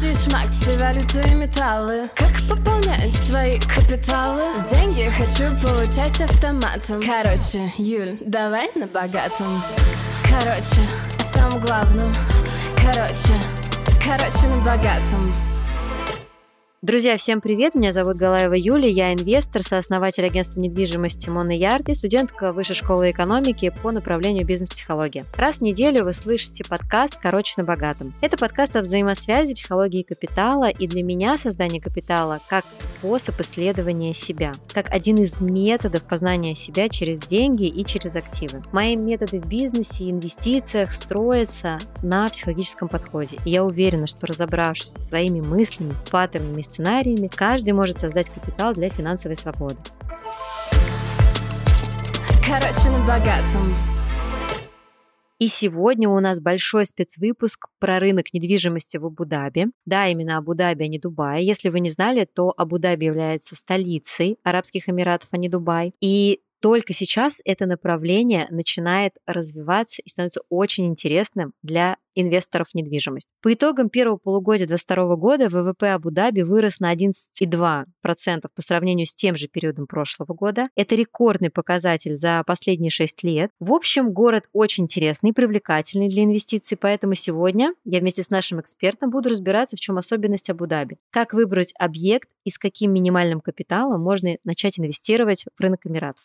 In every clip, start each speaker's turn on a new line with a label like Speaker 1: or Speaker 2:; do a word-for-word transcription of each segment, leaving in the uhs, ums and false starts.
Speaker 1: Акции, шмаксы, валюты и металлы. Как пополнять свои капиталы? Деньги хочу получать автоматом. Короче, Юль, давай на богатом. Короче, о самом главном. Короче, короче, на богатом.
Speaker 2: Друзья, всем привет! Меня зовут Галаева Юлия, я инвестор, сооснователь агентства недвижимости Мона Ярд и студентка Высшей школы экономики по направлению бизнес-психология. Раз в неделю вы слышите подкаст «Короче, на богатом». Это подкаст о взаимосвязи психологии капитала, и для меня создание капитала как способ исследования себя, как один из методов познания себя через деньги и через активы. Мои методы в бизнесе и инвестициях строятся на психологическом подходе, и я уверена, что разобравшись со своими мыслями, паттернами, сценариями, каждый может создать капитал для финансовой свободы.
Speaker 1: Короче, на богатом.
Speaker 2: И сегодня у нас большой спецвыпуск про рынок недвижимости в Абу-Даби. Да, именно Абу-Даби, а не Дубай. Если вы не знали, то Абу-Даби является столицей Арабских Эмиратов, а не Дубай. И только сейчас это направление начинает развиваться и становится очень интересным для инвесторов в недвижимость. По итогам первого полугодия две тысячи двадцать второго года ВВП Абу-Даби вырос на одиннадцать целых два десятых процента по сравнению с тем же периодом прошлого года. Это рекордный показатель за последние шесть лет. В общем, город очень интересный и привлекательный для инвестиций, поэтому сегодня я вместе с нашим экспертом буду разбираться, в чем особенность Абу-Даби, как выбрать объект и с каким минимальным капиталом можно начать инвестировать в рынок Эмиратов.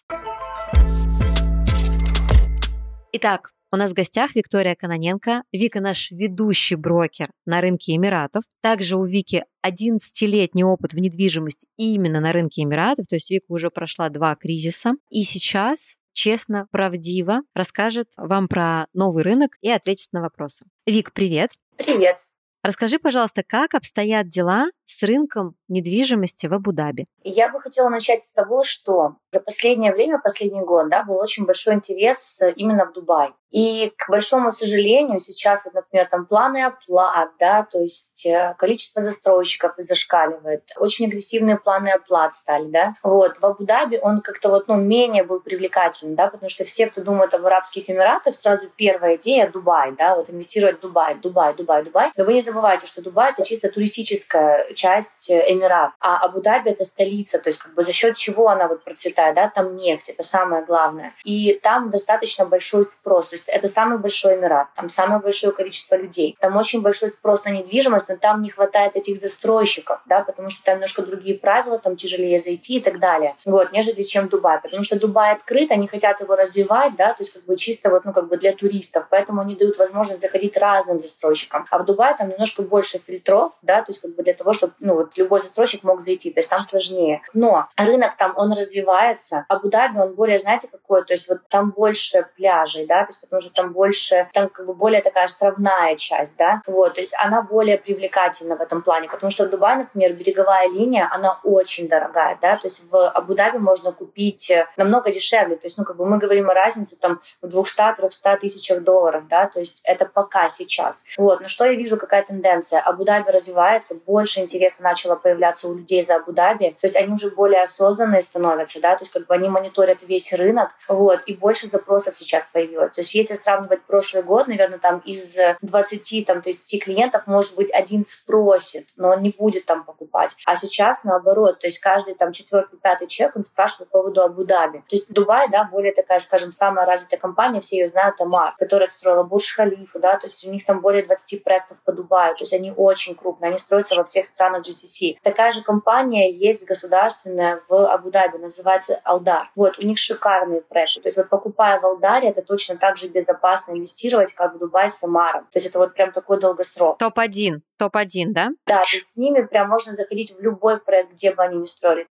Speaker 2: Итак, у нас в гостях Виктория Кононенко. Вика наш ведущий брокер на рынке Эмиратов. Также у Вики одиннадцатилетний опыт в недвижимости именно на рынке Эмиратов. То есть Вика уже прошла два кризиса. И сейчас честно, правдиво расскажет вам про новый рынок и ответит на вопросы. Вик, привет.
Speaker 3: Привет.
Speaker 2: Расскажи, пожалуйста, как обстоят дела с рынком недвижимости в Абу-Даби?
Speaker 3: Я бы хотела начать с того, что за последнее время, последний год, да, был очень большой интерес именно в Дубай. И, к большому сожалению, сейчас, вот, например, там планы оплат, да, то есть количество застройщиков зашкаливает, очень агрессивные планы оплат стали, да. Вот, в Абу-Даби он как-то вот, ну, менее был привлекательным, да, потому что все, кто думает об Арабских Эмиратах, сразу первая идея — Дубай, да, вот инвестировать в Дубай, Дубай, Дубай, Дубай. Но вы не забывайте, что Дубай — это чисто туристическая часть Эмират, а Абу-Даби — это столица, то есть как бы за счет чего она вот процветает, да, там нефть, это самое главное. И там достаточно большой спрос, то есть это самый большой Эмират, там самое большое количество людей, там очень большой спрос на недвижимость, но там не хватает этих застройщиков, да, потому что там немножко другие правила, там тяжелее зайти и так далее, вот, нежели чем Дубай, потому что Дубай открыт, они хотят его развивать, да, то есть как бы чисто вот, ну, как бы для туристов, поэтому они дают возможность заходить разным застройщикам, а в Дубае там немножко больше фильтров, да, то есть как бы для того, чтобы, ну, вот любой застройщик мог зайти, то есть там сложнее. Но рынок там, он развивается. Абу-Даби, он более, знаете, какой, то есть вот там больше пляжей, да, то есть потому что там больше, там как бы более такая островная часть, да, вот, то есть она более привлекательна в этом плане, потому что в Дубае, например, береговая линия, она очень дорогая, да, то есть в Абу-Даби можно купить намного дешевле, то есть, ну, как бы мы говорим о разнице там в двухстах-трехстах тысячах долларов, да, то есть это пока сейчас. Вот, но что я вижу, какая тенденция? Абу-Даби развивается, больше интереса начало появляться у людей за Абу-Даби, то есть они уже более осознанные становятся, да, то есть как бы они мониторят весь рынок, вот, и больше запросов сейчас появилось. То есть если сравнивать прошлый год, наверное, там из двадцати-тридцати клиентов, может быть, один спросит, но он не будет там покупать. А сейчас наоборот, то есть каждый там четвертый, пятый человек, он спрашивает по поводу Абу-Даби. То есть Дубай, да, более такая, скажем, самая развитая компания, все ее знают, Амар, которая строила Бурдж-Халифу, да, то есть у них там более двадцати проектов по Дубаю, то есть они очень крупные, они строятся во всех странах джи си си. Такая же компания есть государственная в Абу-Даби, называется Алдар. Вот, у них шикарные проекты. То есть вот покупая в Алдаре, это точно так же безопасно инвестировать, как в Дубае с Амаром. То есть это вот прям такой долгосрок.
Speaker 2: топ один. топ один, да?
Speaker 3: Да, то есть с ними прям можно заходить в любой проект, где бы они ни строили.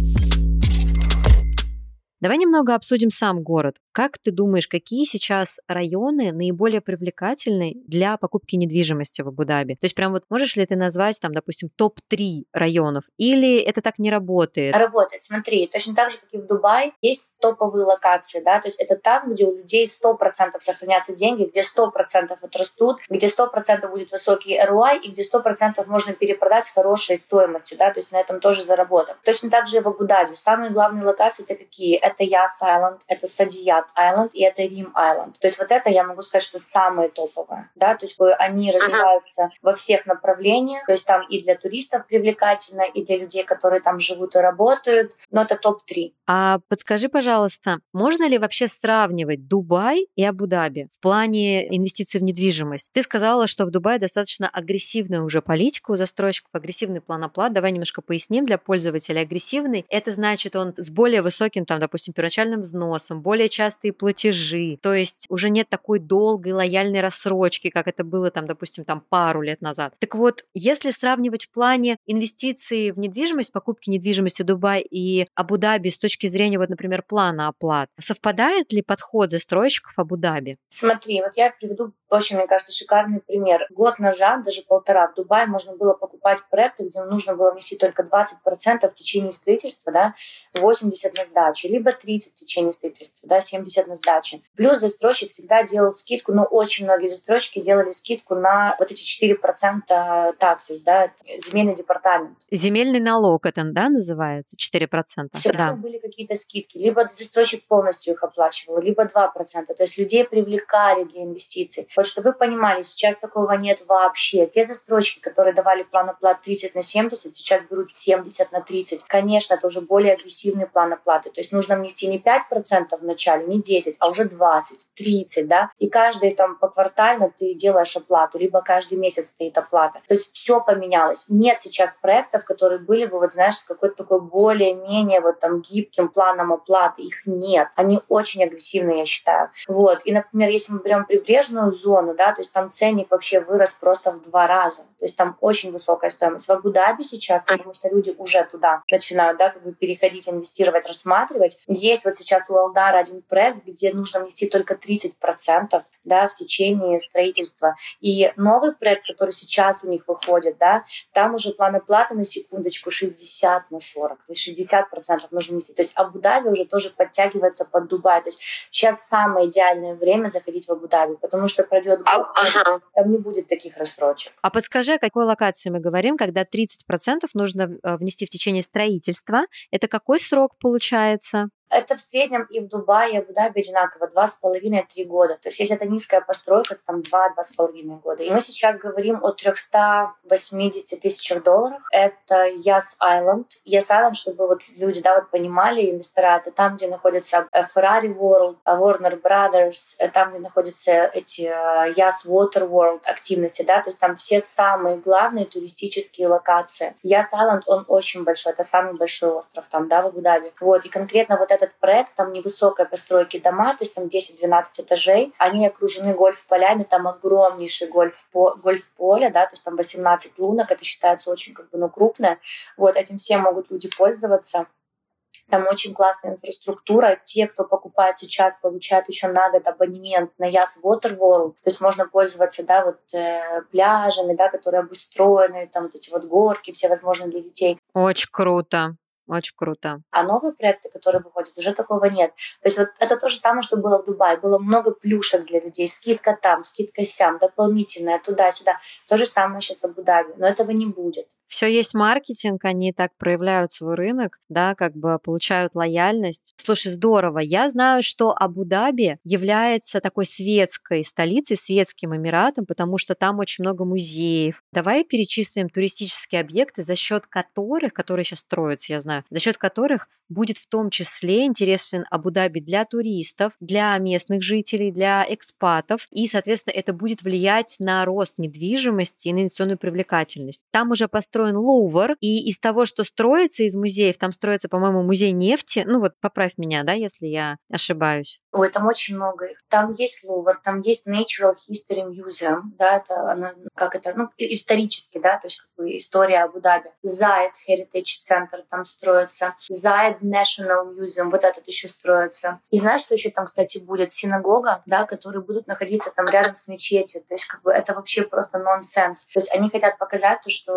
Speaker 2: Давай немного обсудим сам город. Как ты думаешь, какие сейчас районы наиболее привлекательны для покупки недвижимости в Абу-Даби? То есть прям вот можешь ли ты назвать там, допустим, топ три районов? Или это так не работает?
Speaker 3: Работает. Смотри, точно так же, как и в Дубае, есть топовые локации, да, то есть это там, где у людей сто процентов сохранятся деньги, где сто процентов отрастут, где сто процентов будет высокий эр о ай и где сто процентов можно перепродать с хорошей стоимостью, да, то есть на этом тоже заработав. Точно так же и в Абу-Даби. Самые главные локации — это какие? Это Яс Айленд, это Садият, Айленд, и это Рим Айленд. То есть вот это, я могу сказать, что самые топовые, да, то есть они развиваются uh-huh. во всех направлениях, то есть там и для туристов привлекательно, и для людей, которые там живут и работают, но это топ три.
Speaker 2: А подскажи, пожалуйста, можно ли вообще сравнивать Дубай и Абу-Даби в плане инвестиций в недвижимость? Ты сказала, что в Дубае достаточно агрессивная уже политика у застройщиков, агрессивный план оплат. Давай немножко поясним для пользователя. Агрессивный — это значит, он с более высоким, там, допустим, первоначальным взносом, более частые платежи, то есть уже нет такой долгой лояльной рассрочки, как это было, там, допустим, там, пару лет назад. Так вот, если сравнивать в плане инвестиций в недвижимость, покупки недвижимости Дубай и Абу-Даби с точки зрения, вот, например, плана оплат, совпадает ли подход застройщиков Абу-Даби?
Speaker 3: Смотри, вот я приведу, в общем, мне кажется, шикарный пример. Год назад, даже полтора, в Дубае можно было покупать проекты, где нужно было внести только двадцать процентов в течение строительства, да, восемьдесят процентов на сдачу, либо тридцать процентов в течение строительства, да, семьдесят процентов на сдаче. Плюс застройщик всегда делал скидку, но очень многие застройщики делали скидку на вот эти четыре процента таксис, да, земельный департамент.
Speaker 2: Земельный налог это, да, называется, четыре процента?
Speaker 3: Все равно
Speaker 2: да.
Speaker 3: были какие-то скидки. Либо застройщик полностью их оплачивал, либо два процента. То есть людей привлекали для инвестиций. Вот чтобы вы понимали, сейчас такого нет вообще. Те застройщики, которые давали план оплат тридцать на семьдесят, сейчас берут семьдесят на тридцать. Конечно, это уже более агрессивный план оплаты. То есть нужно внести не пять процентов в начале, не десять, а уже двадцать, тридцать, да. И каждый там поквартально ты делаешь оплату, либо каждый месяц стоит оплата. То есть все поменялось. Нет сейчас проектов, которые были бы, вот знаешь, с какой-то такой более-менее вот там гибким планом оплаты. Их нет. Они очень агрессивные, я считаю. Вот. И, например, если мы берем прибрежную зону, да, то есть там ценник вообще вырос просто в два раза. То есть там очень высокая стоимость. В Абу-Даби сейчас, потому что люди уже туда начинают, да, как бы переходить, инвестировать, рассматривать. Есть вот сейчас у Алдара один проект, где нужно внести только тридцать процентов, да, в течение строительства. И новый проект, который сейчас у них выходит, да, там уже план оплаты на секундочку шестьдесят на сорок. То есть шестьдесят процентов нужно внести. То есть Абу-Даби уже тоже подтягивается под Дубай. То есть сейчас самое идеальное время заходить в Абу-Даби, потому что пройдет год, ага. там не будет таких рассрочек.
Speaker 2: А подскажи, о какой локации мы говорим, когда тридцать процентов нужно внести в течение строительства? Это какой срок получается?
Speaker 3: Это в среднем и в Дубае, и в Абу-Даби одинаково, два с половиной — три года. То есть если это низкая постройка, то там два-два с половиной года. И мы сейчас говорим о триста восемьдесят тысячах долларов. Это Yas Island. Yas Island, чтобы вот люди, да, вот понимали, инвестора, это там, где находится Ferrari World, Warner Brothers, там, где находятся эти Yas Water World активности, да, то есть там все самые главные туристические локации. Yas Island, он очень большой, это самый большой остров там, да, в Абу-Даби. Вот, и конкретно вот этот проект, там невысокой постройки дома, то есть там десять-двенадцать этажей, они окружены гольф-полями, там огромнейший гольф-по- гольф-поле, да, то есть там восемнадцать лунок, это считается очень как бы, ну, крупное. Вот, этим всем могут люди пользоваться. Там очень классная инфраструктура. Те, кто покупает сейчас, получают еще на год абонемент на Yas Water World. То есть можно пользоваться, да, вот э, пляжами, да, которые обустроены, там вот эти вот горки, все возможные для детей.
Speaker 2: Очень круто. Очень круто.
Speaker 3: А новые проекты, которые выходят, уже такого нет. То есть вот это то же самое, что было в Дубае. Было много плюшек для людей. Скидка там, скидка сям, дополнительная, туда-сюда. То же самое сейчас в Абу-Даби. Но этого не будет.
Speaker 2: Все есть маркетинг, они так проявляют свой рынок, да, как бы получают лояльность. Слушай, здорово. Я знаю, что Абу-Даби является такой светской столицей, светским эмиратом, потому что там очень много музеев. Давай перечислим туристические объекты, за счет которых, которые сейчас строятся, я знаю, за счет которых будет в том числе интересен Абу-Даби для туристов, для местных жителей, для экспатов. И, соответственно, это будет влиять на рост недвижимости и на инвестиционную привлекательность. Там уже построен Лувр, и из того, что строится из музеев, там строится, по-моему, музей нефти. Ну вот, поправь меня, да, если я ошибаюсь.
Speaker 3: Ой, там очень много их. Там есть Лувр, там есть Natural History Museum, да, это она, как это, ну, исторически, да, то есть как бы история Абу-Даби. Zayed Heritage Center там строится, Zayed National Museum, вот этот еще строится. И знаешь, что еще там, кстати, будет? Синагога, да, которые будут находиться там рядом с мечетью. То есть как бы это вообще просто нонсенс. То есть они хотят показать то, что люди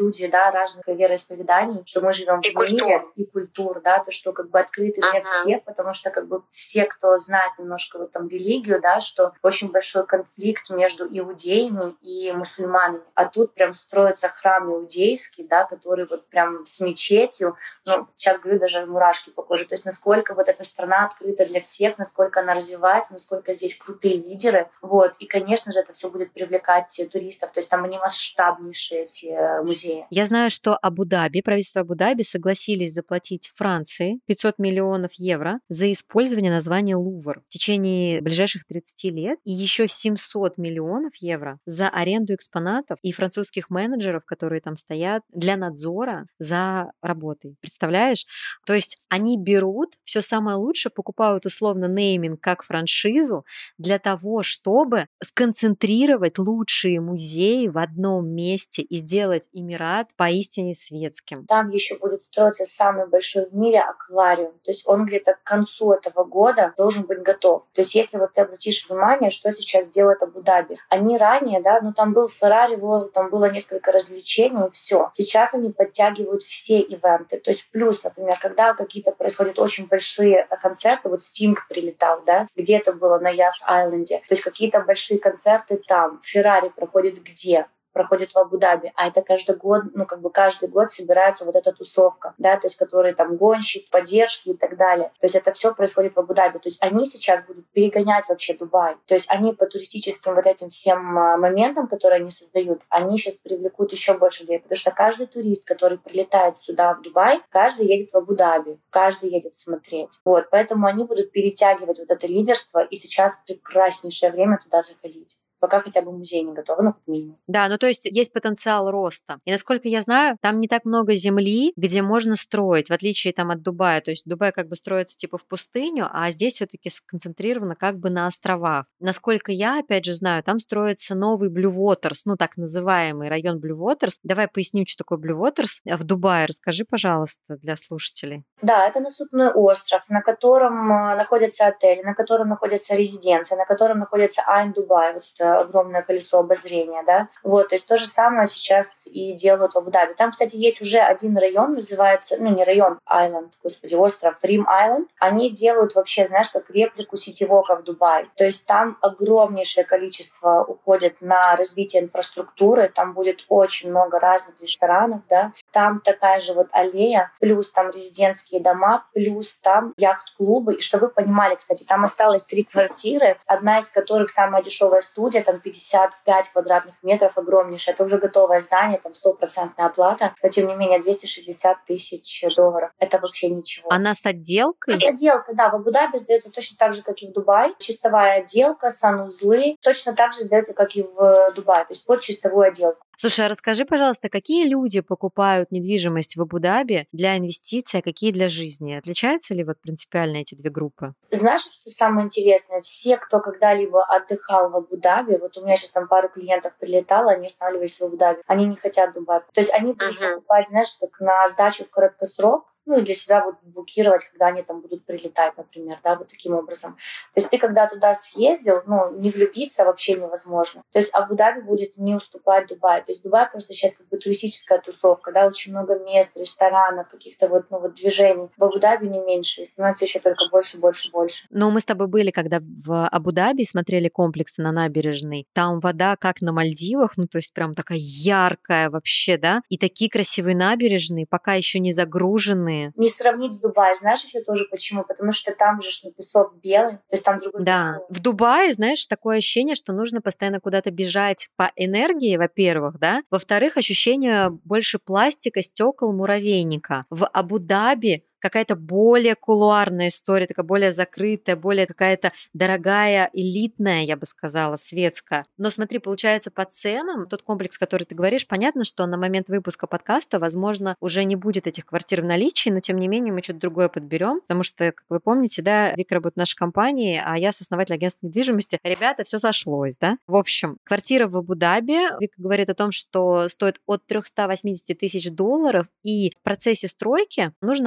Speaker 3: люди, да, разных вероисповеданий, что мы живем
Speaker 4: и
Speaker 3: в мире и культур, да, то, что как бы открыты для uh-huh. всех, потому что как бы все, кто знает немножко вот там религию, да, что очень большой конфликт между иудеями и мусульманами, а тут прям строится храм иудейский, да, который вот прям с мечетью, ну, сейчас говорю, даже мурашки по коже, то есть насколько вот эта страна открыта для всех, насколько она развивается, насколько здесь крутые лидеры, вот, и, конечно же, это все будет привлекать туристов, то есть там они масштабнейшие эти музеи.
Speaker 2: Я знаю, что Абу-Даби, правительство Абу-Даби согласились заплатить Франции пятьсот миллионов евро за использование названия Лувр в течение ближайших тридцати лет и еще семьсот миллионов евро за аренду экспонатов и французских менеджеров, которые там стоят, для надзора за работой. Представляешь? То есть они берут все самое лучшее, покупают условно нейминг как франшизу для того, чтобы сконцентрировать лучшие музеи в одном месте и сделать Эмират поистине светским.
Speaker 3: Там еще будет строиться самый большой в мире аквариум. То есть он где-то к концу этого года должен быть готов. То есть если вот ты обратишь внимание, что сейчас делает Абу-Даби. Они ранее, да, ну там был Ferrari World, там было несколько развлечений, и все. Сейчас они подтягивают все ивенты. То есть плюс, например, когда какие-то происходят очень большие концерты, вот Sting прилетал, да, где это было на Яс-Айленде, то есть какие-то большие концерты там. Ferrari проходит где? Проходит в Абу-Даби, а это каждый год, ну как бы каждый год собирается вот эта тусовка, да, то есть которые там гонщики, поддержки и так далее. То есть это все происходит в Абу-Даби. То есть они сейчас будут перегонять вообще Дубай. То есть они по туристическим вот этим всем моментам, которые они создают, они сейчас привлекут еще больше людей, потому что каждый турист, который прилетает сюда в Дубай, каждый едет в Абу-Даби, каждый едет смотреть. Вот, поэтому они будут перетягивать вот это лидерство, и сейчас прекраснейшее время туда заходить. Пока хотя бы музей не готовы, ну, как минимум.
Speaker 2: Да, ну то есть есть потенциал роста. И насколько я знаю, там не так много земли, где можно строить, в отличие там от Дубая. То есть Дубай как бы строится типа в пустыню, а здесь все-таки сконцентрировано как бы на островах. Насколько я, опять же, знаю, там строится новый Blue Waters, ну так называемый район Blue Waters. Давай поясним, что такое Blue Waters в Дубае. Расскажи, пожалуйста, для слушателей.
Speaker 3: Да, это насыпной остров, на котором находятся отели, на котором находится резиденция, на котором находится Айн Дубай, вот это огромное колесо обозрения, да. Вот, то есть то же самое сейчас и делают в Абу-Даби. Там, кстати, есть уже один район, называется, ну не район, айленд, господи, остров, Рим Айленд. Они делают вообще, знаешь, как реплику сетевока в Дубае. То есть там огромнейшее количество уходит на развитие инфраструктуры, там будет очень много разных ресторанов, да. Там такая же вот аллея, плюс там резидентские дома, плюс там яхт-клубы. И чтобы вы понимали, кстати, там осталось три квартиры, одна из которых самая дешевая студия, там пятьдесят пять квадратных метров, огромнейшее. Это уже готовое здание, там стопроцентная оплата, но тем не менее двести шестьдесят тысяч долларов. Это вообще ничего.
Speaker 2: Она с отделкой?
Speaker 3: С отделкой, да. В Абу-Даби сдается точно так же, как и в Дубае. Чистовая отделка, санузлы точно так же сдается, как и в Дубае, то есть под чистовую отделку.
Speaker 2: Слушай, а расскажи, пожалуйста, какие люди покупают недвижимость в Абу-Даби для инвестиций, а какие для жизни? Отличаются ли вот принципиально эти две группы?
Speaker 3: Знаешь, что самое интересное? Все, кто когда-либо отдыхал в Абу-Даби, вот у меня сейчас там пару клиентов прилетало, они останавливались в Абу-Даби, они не хотят Дубай. То есть они будут uh-huh. покупать, знаешь, как на сдачу в краткосрок, ну и для себя будут блокировать, когда они там будут прилетать, например, да, вот таким образом. То есть ты когда туда съездил, ну, не влюбиться вообще невозможно. То есть Абу-Даби будет не уступать Дубаю. То есть Дубай просто сейчас как бы туристическая тусовка, да, очень много мест, ресторанов, каких-то вот, ну, вот движений. В Абу-Даби не меньше, и становится еще только больше, больше, больше.
Speaker 2: Но мы с тобой были, когда в Абу-Даби смотрели комплексы на набережной. Там вода как на Мальдивах, ну, то есть прям такая яркая вообще, да, и такие красивые набережные, пока еще не загруженные.
Speaker 3: Не сравнить с Дубаем. Знаешь еще тоже почему? Потому что там же ну, песок белый, то есть там другой
Speaker 2: Да.
Speaker 3: песок.
Speaker 2: В Дубае, знаешь, такое ощущение, что нужно постоянно куда-то бежать по энергии, во-первых, да. Во-вторых, ощущение больше пластика, стекол, муравейника. В Абу-Даби какая-то более кулуарная история, такая более закрытая, более какая-то дорогая, элитная, я бы сказала, светская. Но смотри, получается, по ценам, тот комплекс, который ты говоришь, понятно, что на момент выпуска подкаста, возможно, уже не будет этих квартир в наличии, но тем не менее мы что-то другое подберем, потому что, как вы помните, да, Вика работает в нашей компании, а я сооснователь агентства недвижимости. Ребята, все сошлось, да? В общем, квартира в Абу-Даби, Вика говорит о том, что стоит от триста восемьдесят тысяч долларов, и в процессе стройки нужно отдать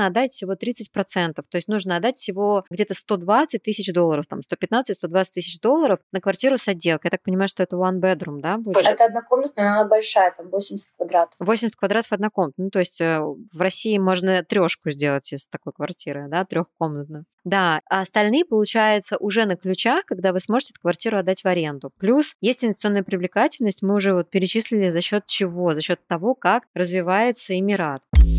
Speaker 2: всего тридцать процентов. То есть нужно отдать всего где-то сто двадцать тысяч долларов, там сто пятнадцать - сто двадцать тысяч долларов на квартиру с отделкой. Я так понимаю, что это one bedroom, да, будет?
Speaker 3: Это однокомнатная, но она большая, там восемьдесят квадратов.
Speaker 2: восемьдесят квадратов однокомнатная. Ну, то есть э, в России можно трешку сделать из такой квартиры, да, трехкомнатную. Да, а остальные, получается, уже на ключах, когда вы сможете эту квартиру отдать в аренду. Плюс есть инвестиционная привлекательность, мы уже вот перечислили за счет чего? За счет того, как развивается Эмират.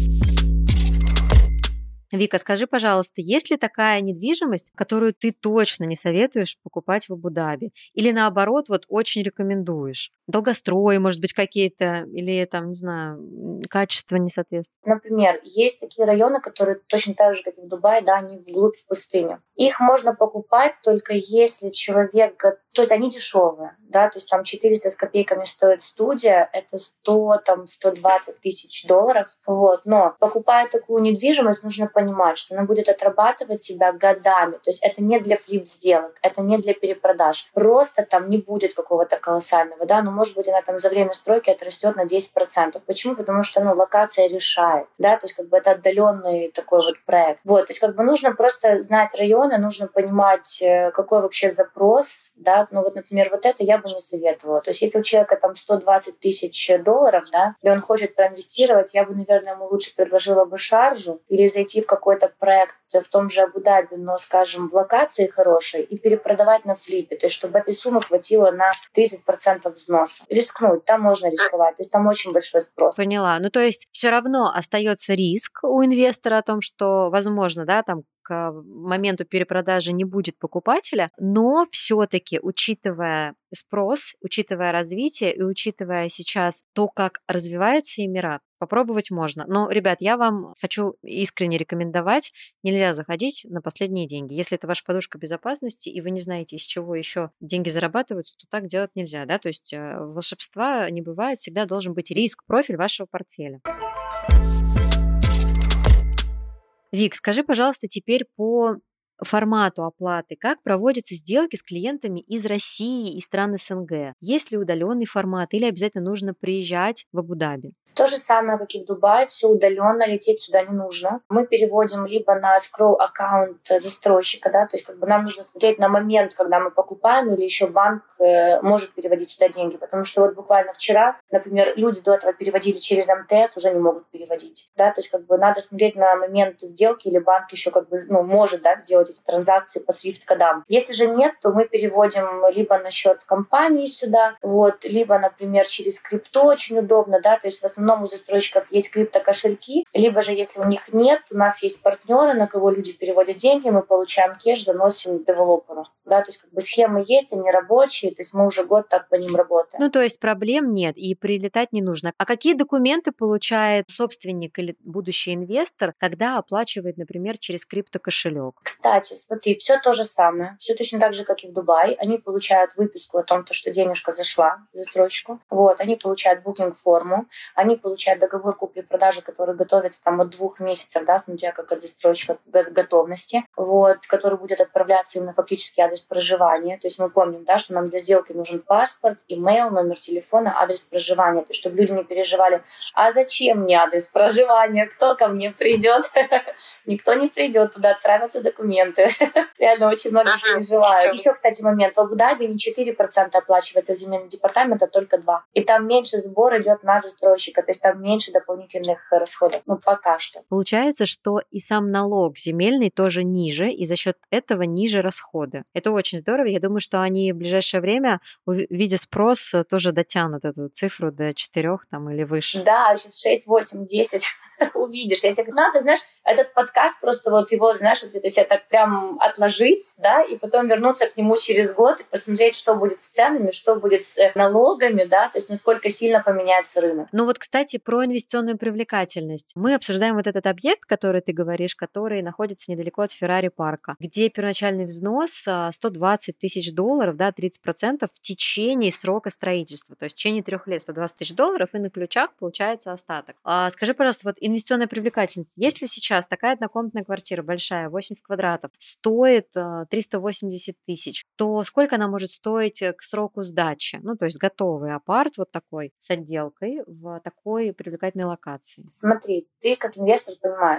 Speaker 2: Вика, скажи, пожалуйста, есть ли такая недвижимость, которую ты точно не советуешь покупать в Абу-Даби? Или наоборот, вот очень рекомендуешь? Долгострои, может быть, какие-то, или там, не знаю, м, качество не соответствует?
Speaker 3: Например, есть такие районы, которые точно так же, как и в Дубае, да, они вглубь в пустыню. Их можно покупать только если человек... го- То есть они дешевые, да, то есть там четыреста с копейками стоит студия, это сто, там, сто двадцать тысяч долларов, вот. Но покупая такую недвижимость, нужно понимать, что она будет отрабатывать себя годами, то есть это не для флип-сделок, это не для перепродаж. Просто там не будет какого-то колоссального, да, но может быть она там за время стройки отрастет на десять процентов. Почему? Потому что, ну, локация решает, да, то есть как бы это отдаленный такой вот проект. Вот, то есть как бы нужно просто знать районы, нужно понимать, э, какой вообще запрос, да, ну вот, например, вот это я бы не советовала. То есть если у человека там сто двадцать тысяч долларов, да, и он хочет проинвестировать, я бы, наверное, ему лучше предложила бы шаржу или зайти в какой-то проект в том же Абу-Даби, но, скажем, в локации хорошей и перепродавать на флипе, то есть чтобы этой суммы хватило на тридцать процентов взноса. Рискнуть, там можно рисковать, то есть там очень большой спрос.
Speaker 2: Поняла. Ну, то есть все равно остается риск у инвестора о том, что, возможно, да, там к моменту перепродажи не будет покупателя, но все-таки, учитывая спрос, учитывая развитие и учитывая сейчас то, как развивается Эмират, попробовать можно. Но, ребят, я вам хочу искренне рекомендовать, нельзя заходить на последние деньги. Если это ваша подушка безопасности, и вы не знаете, из чего еще деньги зарабатываются, то так делать нельзя, да, то есть э, волшебства не бывает, всегда должен быть риск, профиль вашего портфеля. Вик, скажи, пожалуйста, теперь по формату оплаты, как проводятся сделки с клиентами из России и стран СНГ? Есть ли удаленный формат или обязательно нужно приезжать в Абу-Даби?
Speaker 3: То же самое, как и в Дубае, все удаленно, лететь сюда не нужно. Мы переводим либо на escrow аккаунт застройщика, да, то есть как бы нам нужно смотреть на момент, когда мы покупаем, или еще банк э, может переводить сюда деньги, потому что вот буквально вчера, например, люди до этого переводили через эм тэ эс, уже не могут переводить, да, то есть как бы надо смотреть на момент сделки, или банк еще как бы, ну, может, да, делать эти транзакции по свифт-кодам. Если же нет, то мы переводим либо на счет компании сюда, вот, либо, например, через крипту, очень удобно, да, то есть в основном у застройщиков есть криптокошельки, либо же, если у них нет, у нас есть партнеры, на кого люди переводят деньги, мы получаем кэш, заносим девелоперу. Да, то есть как бы схемы есть, они рабочие, то есть мы уже год так по ним работаем.
Speaker 2: Ну, то есть проблем нет и прилетать не нужно. А какие документы получает собственник или будущий инвестор, когда оплачивает, например, через криптокошелек?
Speaker 3: Кстати, смотри, все то же самое, все точно так же, как и в Дубае. Они получают выписку о том, что денежка зашла застройщику. Вот, они получают букинг-форму, они получают договор купли-продажи, который готовится там от двух месяцев, да, смотря как от застройщика готовности, вот, который будет отправляться им на фактически адрес проживания. То есть мы помним, да, что нам для сделки нужен паспорт, имейл, номер телефона, адрес проживания. То есть чтобы люди не переживали, а зачем мне адрес проживания, кто ко мне придет? Никто не придет, туда отправятся документы. Реально очень много переживают. Еще, кстати, момент. В Абу-Даби не четыре процента оплачивается в земельный департамент, а только два процента. И там меньше сбор идет на застройщика, то есть там меньше дополнительных расходов. Ну, пока что.
Speaker 2: Получается, что и сам налог земельный тоже ниже, и за счет этого ниже расходы. Это очень здорово. Я думаю, что они в ближайшее время, видя спрос, тоже дотянут эту цифру до четырех там или выше.
Speaker 3: Да, сейчас шесть, восемь, десять. Увидишь. Я тебе говорю, надо, знаешь, этот подкаст просто вот его, знаешь, вот это себе так прям отложить, да, и потом вернуться к нему через год и посмотреть, что будет с ценами, что будет с налогами, да, то есть насколько сильно поменяется рынок.
Speaker 2: Ну вот, кстати, про инвестиционную привлекательность. Мы обсуждаем вот этот объект, который ты говоришь, который находится недалеко от Феррари парка, где первоначальный взнос сто двадцать тысяч долларов, да, тридцать процентов в течение срока строительства, то есть в течение трех лет сто двадцать тысяч долларов, и на ключах получается остаток. А, скажи, пожалуйста, вот инвестиционная привлекательность. Если сейчас такая однокомнатная квартира большая, восемьдесят квадратов, стоит триста восемьдесят тысяч, то сколько она может стоить к сроку сдачи? Ну, то есть готовый апарт вот такой с отделкой в такой привлекательной локации.
Speaker 3: Смотри, ты как инвестор понимаешь,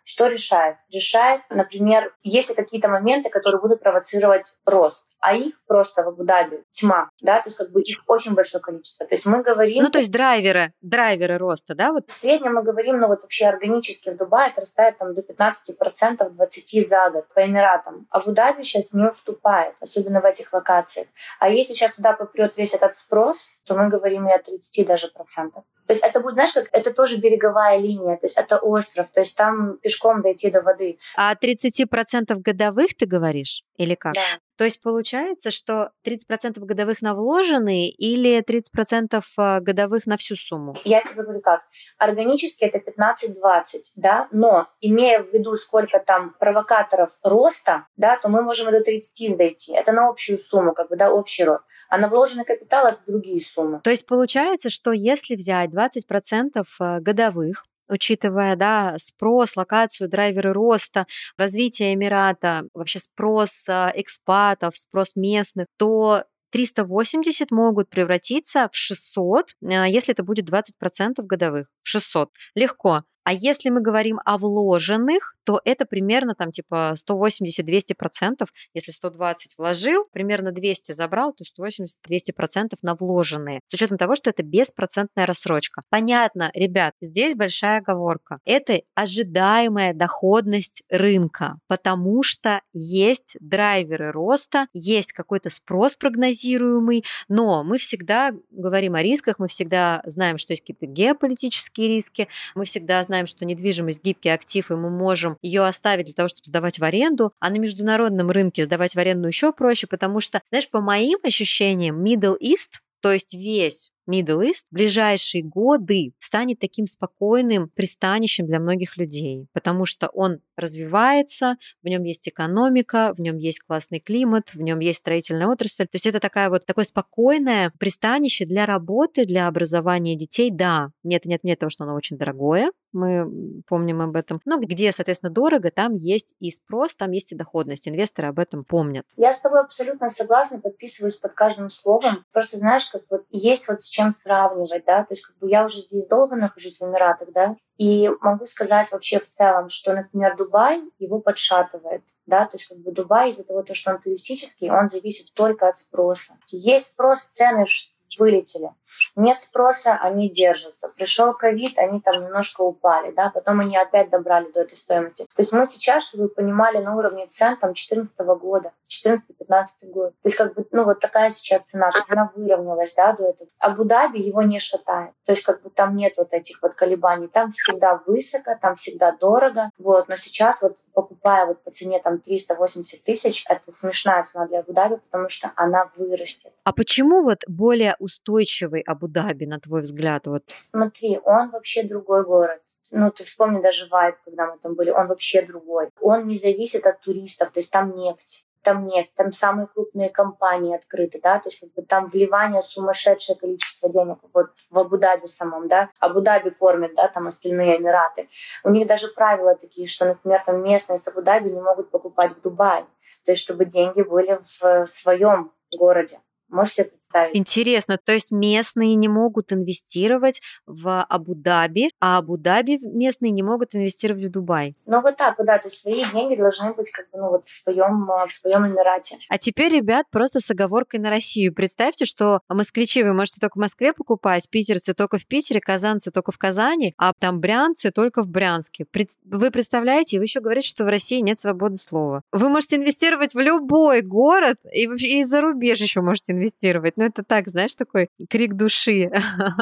Speaker 3: Что решает? Решает, например, если какие-то моменты, которые будут провоцировать рост, а их просто в Абу-Даби тьма, да, то есть как бы их очень большое количество. То есть мы говорим...
Speaker 2: Ну, то есть драйверы, драйверы роста, да? Вот.
Speaker 3: В среднем мы говорим, ну вот вообще органически в Дубае это растает там до пятнадцать процентов, двадцать процентов за год по Эмиратам. Абу-Даби сейчас не уступает, особенно в этих локациях. А если сейчас туда попрет весь этот спрос, то мы говорим и о тридцати даже процентов. То есть это будет, знаешь, как это тоже береговая линия, то есть это остров, то есть там пешком дойти до воды.
Speaker 2: А тридцать процентов годовых ты говоришь? Или как?
Speaker 3: Да.
Speaker 2: То есть получается, что тридцать процентов годовых на вложенные или тридцать процентов годовых на всю сумму?
Speaker 3: Я тебе говорю как. Органически это пятнадцать-двадцать, да, но имея в виду, сколько там провокаторов роста, да, то мы можем и до тридцати дойти. Это на общую сумму, как бы, да, общий рост. А на вложенный капитал это другие суммы.
Speaker 2: То есть получается, что если взять двадцать процентов годовых, учитывая, да, спрос, локацию, драйверы роста, развитие Эмирата, вообще спрос экспатов, спрос местных, то триста восемьдесят могут превратиться в шестьсот, если это будет двадцать процентов годовых. В шестьсот. Легко. А если мы говорим о вложенных, то это примерно там типа сто восемьдесят - двести процентов. Если сто двадцать вложил, примерно двести забрал, то сто восемьдесят - двести процентов на вложенные. С учетом того, что это беспроцентная рассрочка. Понятно, ребят, здесь большая оговорка. Это ожидаемая доходность рынка, потому что есть драйверы роста, есть какой-то спрос прогнозируемый, но мы всегда говорим о рисках, мы всегда знаем, что есть какие-то геополитические риски, мы всегда знаем, что недвижимость гибкий актив, и мы можем ее оставить для того, чтобы сдавать в аренду, а на международном рынке сдавать в аренду еще проще, потому что, знаешь, по моим ощущениям, Middle East, то есть весь Middle East в ближайшие годы станет таким спокойным пристанищем для многих людей, потому что он развивается, в нем есть экономика, в нем есть классный климат, в нем есть строительная отрасль. То есть это такая вот, такое спокойное пристанище для работы, для образования детей. Да, нет, нет, нет того, что оно очень дорогое, мы помним об этом. Но где, соответственно, дорого, там есть и спрос, там есть и доходность. Инвесторы об этом помнят.
Speaker 3: Я с тобой абсолютно согласна, подписываюсь под каждым словом. Просто знаешь, как вот есть вот с чем сравнивать, да, то есть как бы я уже здесь долго нахожусь в Эмиратах, да, и могу сказать вообще в целом, что, например, Дубай его подшатывает, да, то есть как бы Дубай из-за того, что он туристический, он зависит только от спроса. Есть спрос, цены вылетели. Нет спроса, они держатся. Пришел ковид, они там немножко упали, да, потом они опять добрали до этой стоимости. То есть мы сейчас, чтобы вы понимали, на уровне цен там четырнадцатого года, четырнадцатый-пятнадцатый год. То есть как бы, ну вот такая сейчас цена, то есть она выровнялась, да, до этого. Абу-Даби его не шатает. То есть как бы там нет вот этих вот колебаний. Там всегда высоко, там всегда дорого, вот, но сейчас вот покупая вот по цене там триста восемьдесят тысяч, это смешная цена для Абу-Даби, потому что она вырастет.
Speaker 2: А почему вот более устойчивый Абу-Даби, на твой взгляд? Вот?
Speaker 3: Смотри, он вообще другой город. Ну, ты вспомни даже вайб, когда мы там были, он вообще другой. Он не зависит от туристов, то есть там нефть. Там нефть, там самые крупные компании открыты, да, то есть как бы там вливание сумасшедшее количество денег вот в Абу-Даби самом, да, Абу-Даби кормит, да, там остальные Эмираты. У них даже правила такие, что, например, там местные с Абу-Даби не могут покупать в Дубае, то есть чтобы деньги были в своем городе. Можешь себе представить?
Speaker 2: Интересно, то есть местные не могут инвестировать в Абу-Даби, а Абу-Даби местные не могут инвестировать в Дубай.
Speaker 3: Ну вот так, да, то есть свои деньги должны быть как бы, ну вот в своем, в своем Эмирате.
Speaker 2: А теперь, ребят, просто с оговоркой на Россию. Представьте, что москвичи вы можете только в Москве покупать, питерцы только в Питере, казанцы только в Казани, а там брянцы только в Брянске. Вы представляете, и вы еще говорите, что в России нет свободы слова. Вы можете инвестировать в любой город, и вообще и за рубеж еще можете инвестировать. инвестировать. Ну, это так, знаешь, такой крик души.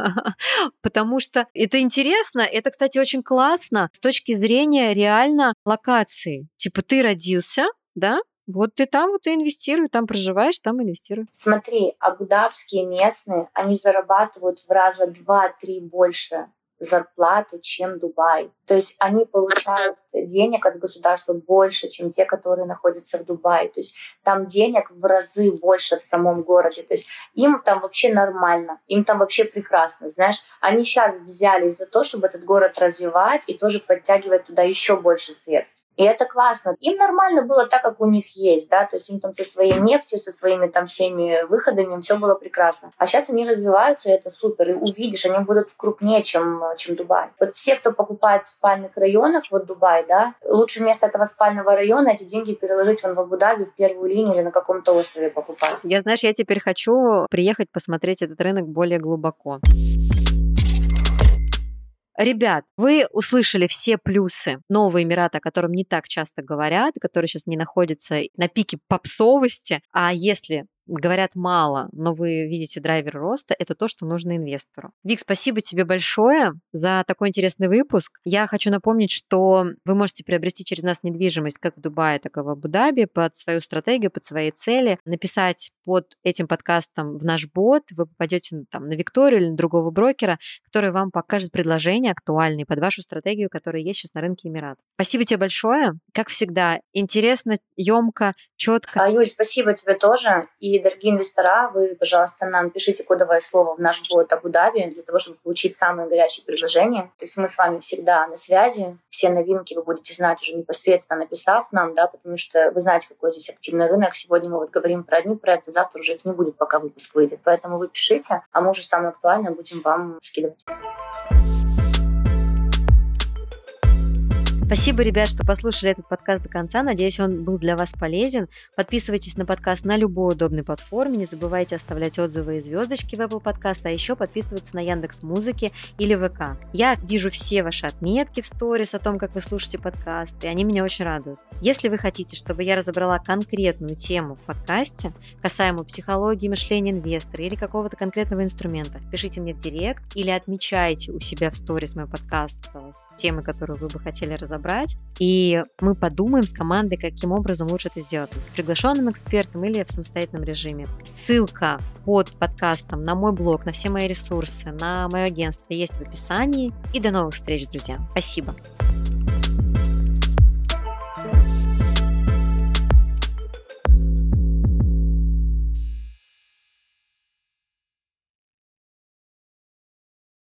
Speaker 2: Потому что это интересно. Это, кстати, очень классно с точки зрения реально локации. Типа ты родился, да? Вот ты там вот и инвестируй, там проживаешь, там инвестируй.
Speaker 3: Смотри, абу-дабские местные, они зарабатывают в раза два-три больше зарплаты, чем Дубай. То есть они получают денег от государства больше, чем те, которые находятся в Дубае. То есть там денег в разы больше в самом городе. То есть им там вообще нормально, им там вообще прекрасно, знаешь. Они сейчас взялись за то, чтобы этот город развивать и тоже подтягивать туда еще больше средств. И это классно. Им нормально было так, как у них есть, да, то есть им там со своей нефтью, со своими там всеми выходами, им все было прекрасно. А сейчас они развиваются, и это супер. И увидишь, они будут крупнее, чем, чем Дубай. Вот все, кто покупает в спальных районах, вот Дубай, Дубай, да, лучше вместо этого спального района эти деньги переложить вон в Абу-Даби, в первую линию или на каком-то острове покупать.
Speaker 2: Я, знаешь, я теперь хочу приехать посмотреть этот рынок более глубоко. Ребят, вы услышали все плюсы Нового Эмирата, о котором не так часто говорят, который сейчас не находится на пике попсовости. А если говорят мало, но вы видите драйвер роста, это то, что нужно инвестору. Вик, спасибо тебе большое за такой интересный выпуск. Я хочу напомнить, что вы можете приобрести через нас недвижимость как в Дубае, так и в Абу-Даби под свою стратегию, под свои цели. Написать под этим подкастом в наш бот, вы попадете там, на Викторию или на другого брокера, который вам покажет предложения актуальные под вашу стратегию, которая есть сейчас на рынке Эмиратов. Спасибо тебе большое. Как всегда, интересно, емко, четко.
Speaker 3: А, Юль, спасибо тебе тоже. И, дорогие инвестора, вы, пожалуйста, нам пишите кодовое слово в наш бот Абу-Даби для того, чтобы получить самые горячие предложения. То есть мы с вами всегда на связи. Все новинки вы будете знать уже непосредственно, написав нам, да, потому что вы знаете, какой здесь активный рынок. Сегодня мы вот говорим про одни проекты, завтра уже их не будет, пока выпуск выйдет. Поэтому вы пишите, а мы уже самое актуальное будем вам скидывать.
Speaker 2: Спасибо, ребят, что послушали этот подкаст до конца. Надеюсь, он был для вас полезен. Подписывайтесь на подкаст на любой удобной платформе. Не забывайте оставлять отзывы и звездочки в Apple Podcast, а еще подписываться на Яндекс.Музыки или ВК. Я вижу все ваши отметки в сторис о том, как вы слушаете подкаст, и они меня очень радуют. Если вы хотите, чтобы я разобрала конкретную тему в подкасте, касаемую психологии, мышления инвестора или какого-то конкретного инструмента, пишите мне в директ или отмечайте у себя в сторис мой подкаст с темой, которую вы бы хотели разобрать. Брать, и мы подумаем с командой, каким образом лучше это сделать, с приглашенным экспертом или в самостоятельном режиме. Ссылка под подкастом на мой блог, на все мои ресурсы, на мое агентство есть в описании. И до новых встреч, друзья. Спасибо.